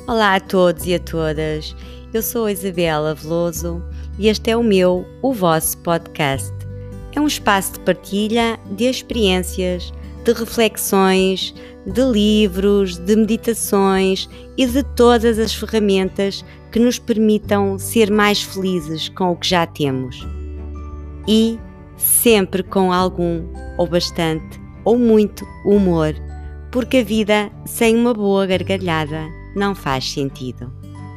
Olá a todos e a todas, eu sou a Isabela Veloso e este é o vosso podcast. É um espaço de partilha de experiências, de reflexões, de livros, de meditações e de todas as ferramentas que nos permitam ser mais felizes com o que já temos. E sempre com algum, ou bastante, ou muito humor, porque a vida sem uma boa gargalhada não faz sentido.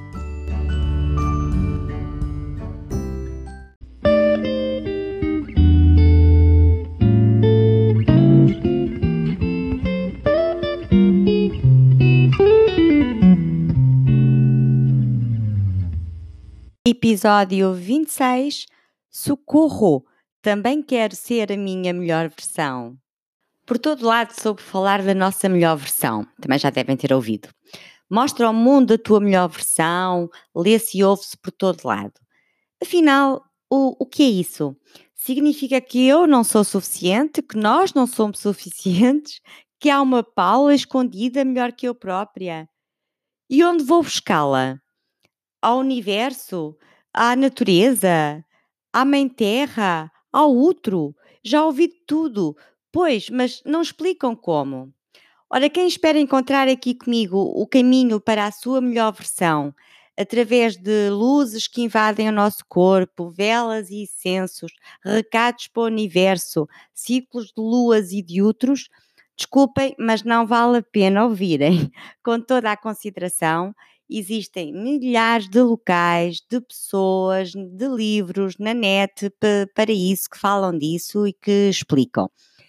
Episódio 26. Socorro! Também quero ser a minha melhor versão. Por todo lado soube falar da nossa melhor versão. Também já devem ter ouvido. Mostra ao mundo a tua melhor versão, lê-se e ouve-se por todo lado. Afinal, o que é isso? Significa que eu não sou suficiente, que nós não somos suficientes, que há uma Paula escondida melhor que eu própria? E onde vou buscá-la? Ao universo? À natureza? À mãe terra? Ao outro? Já ouvi tudo, pois, mas não explicam como. Ora, quem espera encontrar aqui comigo o caminho para a sua melhor versão, através de luzes que invadem o nosso corpo, velas e incensos, recados para o universo, ciclos de luas e de outros, desculpem, mas não vale a pena ouvirem. Com toda a consideração, existem milhares de locais, de pessoas, de livros na net para isso, que falam disso e que explicam.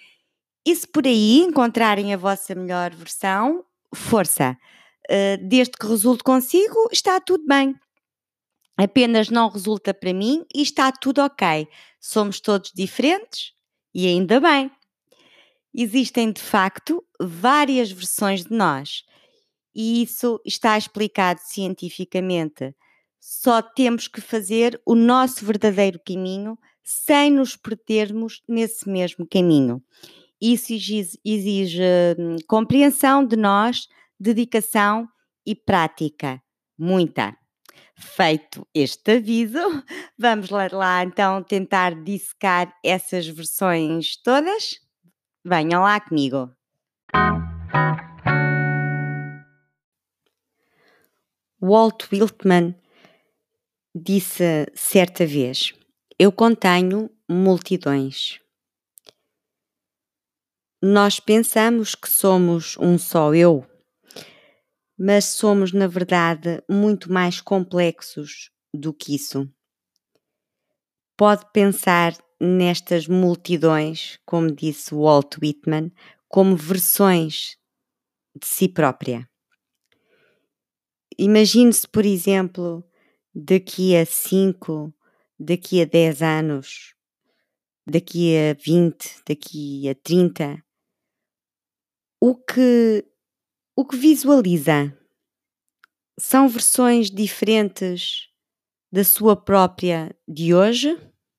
E se por aí encontrarem a vossa melhor versão, força! Desde que resulte consigo, está tudo bem. Apenas não resulta para mim e está tudo ok. Somos todos diferentes e ainda bem. Existem, de facto, várias versões de nós e isso está explicado cientificamente. Só temos que fazer o nosso verdadeiro caminho sem nos perdermos nesse mesmo caminho. Isso exige compreensão de nós, dedicação e prática, muita. Feito este aviso, vamos lá então tentar dissecar essas versões todas? Venham lá comigo. Walt Whitman disse certa vez: eu contenho multidões. Nós pensamos que somos um só eu, mas somos, na verdade, muito mais complexos do que isso. Pode pensar nestas multidões, como disse Walt Whitman, como versões de si própria. Imagine-se, por exemplo, daqui a 5, daqui a 10 anos, daqui a 20, daqui a 30. O que visualiza são versões diferentes da sua própria de hoje?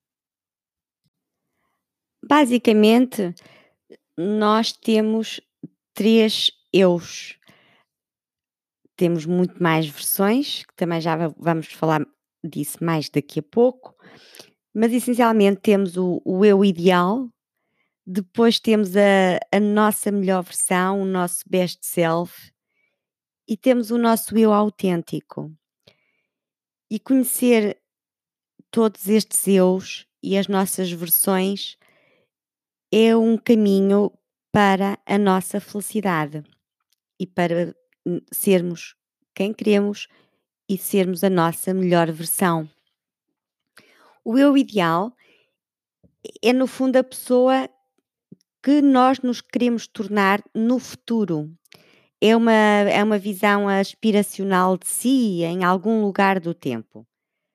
Basicamente, nós temos 3 eus. Temos muito mais versões, que também já vamos falar disso mais daqui a pouco, mas essencialmente temos o eu ideal, depois temos a nossa melhor versão, o nosso best self, e temos o nosso eu autêntico. E conhecer todos estes eus e as nossas versões é um caminho para a nossa felicidade e para sermos quem queremos e sermos a nossa melhor versão. O eu ideal é, no fundo, a pessoa que nós nos queremos tornar no futuro. É uma visão aspiracional de si em algum lugar do tempo.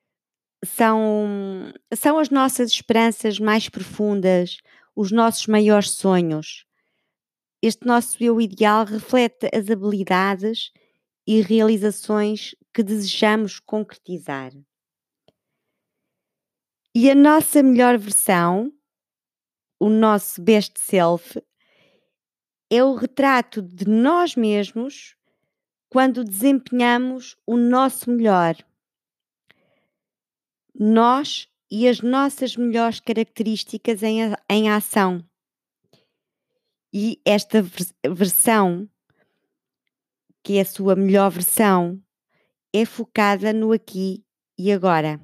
São as nossas esperanças mais profundas, os nossos maiores sonhos. Este nosso eu ideal reflete as habilidades e realizações que desejamos concretizar. E a nossa melhor versão, o nosso best self, é o retrato de nós mesmos quando desempenhamos o nosso melhor. Nós e as nossas melhores características em ação. E esta versão, que é a sua melhor versão, é focada no aqui e agora.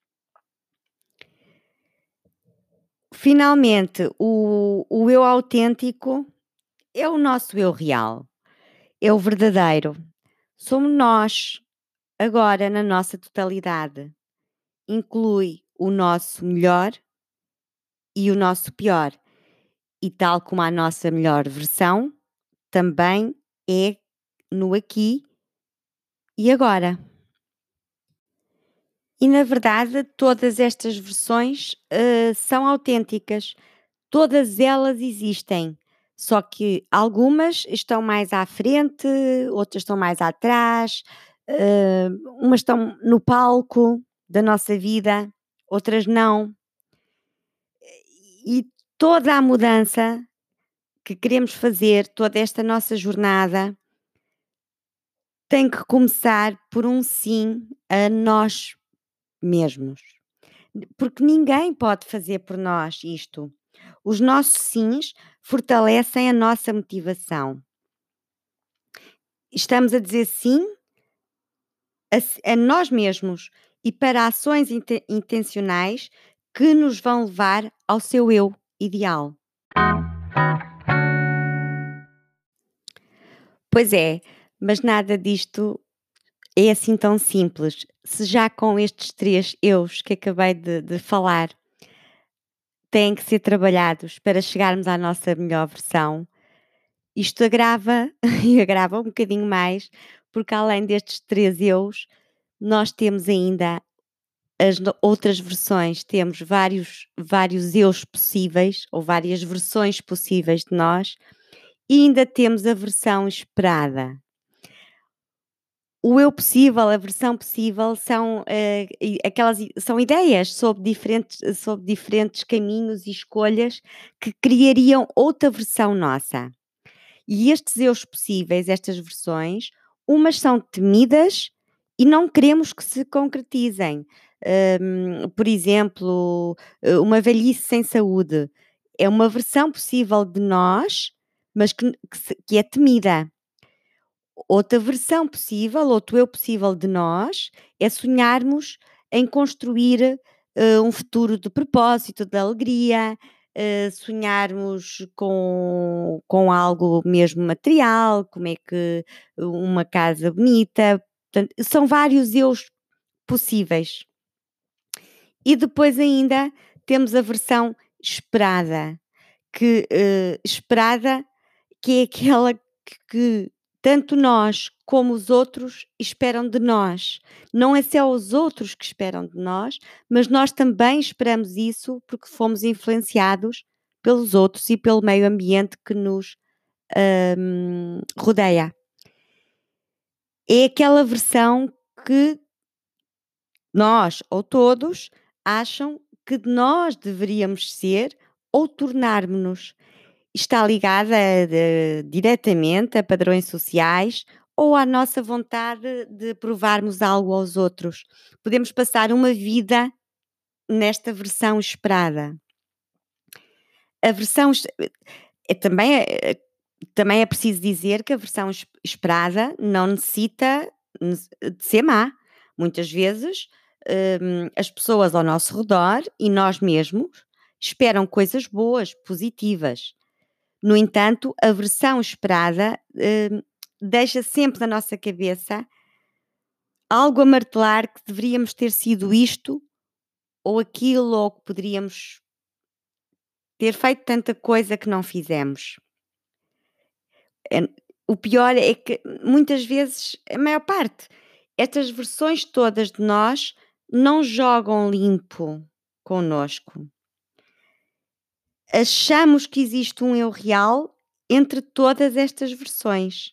Finalmente, o eu autêntico é o nosso eu real, é o verdadeiro. Somos nós, agora na nossa totalidade. Inclui o nosso melhor e o nosso pior. E tal como a nossa melhor versão, também é no aqui e agora. E na verdade, todas estas versões são autênticas. Todas elas existem. Só que algumas estão mais à frente, outras estão mais atrás, umas estão no palco da nossa vida, outras não. E toda a mudança que queremos fazer, toda esta nossa jornada, tem que começar por um sim a nós mesmos. Porque ninguém pode fazer por nós isto. Os nossos sims fortalecem a nossa motivação. Estamos a dizer sim a nós mesmos e para ações intencionais que nos vão levar ao seu eu ideal. Pois é, mas nada disto é assim tão simples. Se já com estes 3 eus que acabei de falar têm que ser trabalhados para chegarmos à nossa melhor versão, isto agrava e agrava um bocadinho mais, porque além destes 3 eus, nós temos ainda as outras versões, temos vários eus possíveis ou várias versões possíveis de nós e ainda temos a versão esperada. O eu possível, a versão possível são são ideias sobre diferentes caminhos e escolhas que criariam outra versão nossa. E estes eus possíveis, estas versões, umas são temidas e não queremos que se concretizem. Por exemplo, uma velhice sem saúde é uma versão possível de nós, mas que é temida. Outra versão possível, outro eu possível de nós, é sonharmos em construir um futuro de propósito, de alegria, sonharmos com algo mesmo material, como é que uma casa bonita. Portanto, são vários eus possíveis. E depois ainda temos a versão esperada, esperada, que é aquela que tanto nós como os outros esperam de nós. Não é só os outros que esperam de nós, mas nós também esperamos isso porque fomos influenciados pelos outros e pelo meio ambiente que nos rodeia. É aquela versão que nós ou todos acham que nós deveríamos ser ou tornarmos-nos. Está ligada diretamente a padrões sociais ou à nossa vontade de provarmos algo aos outros. Podemos passar uma vida nesta versão esperada. A versão também é preciso dizer que a versão esperada não necessita de ser má. Muitas vezes as pessoas ao nosso redor e nós mesmos esperam coisas boas, positivas. No entanto, a versão esperada deixa sempre na nossa cabeça algo a martelar que deveríamos ter sido isto ou aquilo, ou que poderíamos ter feito tanta coisa que não fizemos. O pior é que muitas vezes, a maior parte, estas versões todas de nós não jogam limpo connosco. Achamos que existe um eu real entre todas estas versões.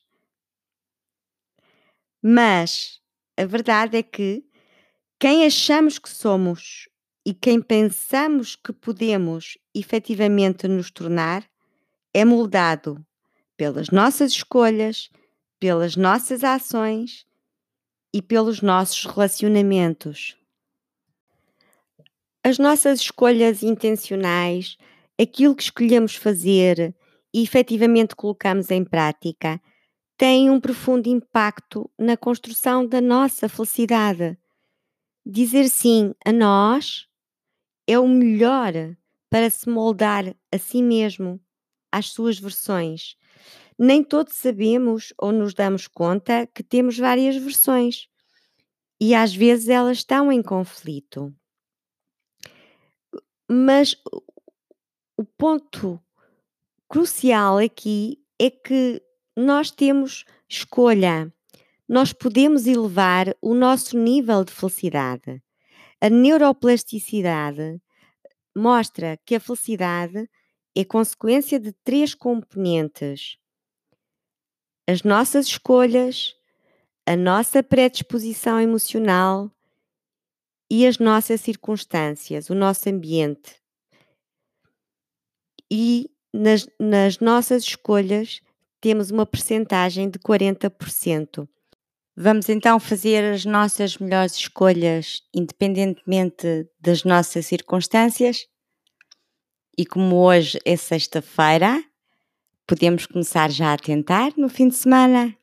Mas a verdade é que quem achamos que somos e quem pensamos que podemos efetivamente nos tornar é moldado pelas nossas escolhas, pelas nossas ações e pelos nossos relacionamentos. As nossas escolhas intencionais, aquilo que escolhemos fazer e efetivamente colocamos em prática, têm um profundo impacto na construção da nossa felicidade. Dizer sim a nós é o melhor para se moldar a si mesmo, às suas versões. Nem todos sabemos ou nos damos conta que temos várias versões e às vezes elas estão em conflito. Mas o ponto crucial aqui é que nós temos escolha. Nós podemos elevar o nosso nível de felicidade. A neuroplasticidade mostra que a felicidade é consequência de 3 componentes: as nossas escolhas, a nossa predisposição emocional e as nossas circunstâncias, o nosso ambiente. E nas nossas escolhas temos uma percentagem de 40%. Vamos então fazer as nossas melhores escolhas independentemente das nossas circunstâncias? E como hoje é sexta-feira, podemos começar já a tentar no fim de semana.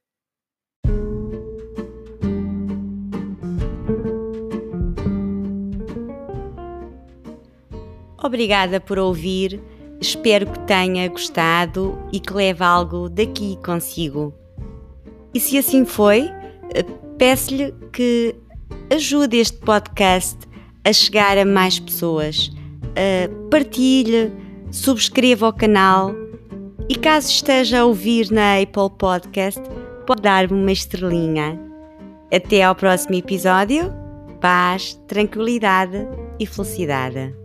Obrigada por ouvir, espero que tenha gostado e que leve algo daqui consigo. E se assim foi, peço-lhe que ajude este podcast a chegar a mais pessoas. Partilhe, subscreva o canal e caso esteja a ouvir na Apple Podcast, pode dar-me uma estrelinha. Até ao próximo episódio. Paz, tranquilidade e felicidade.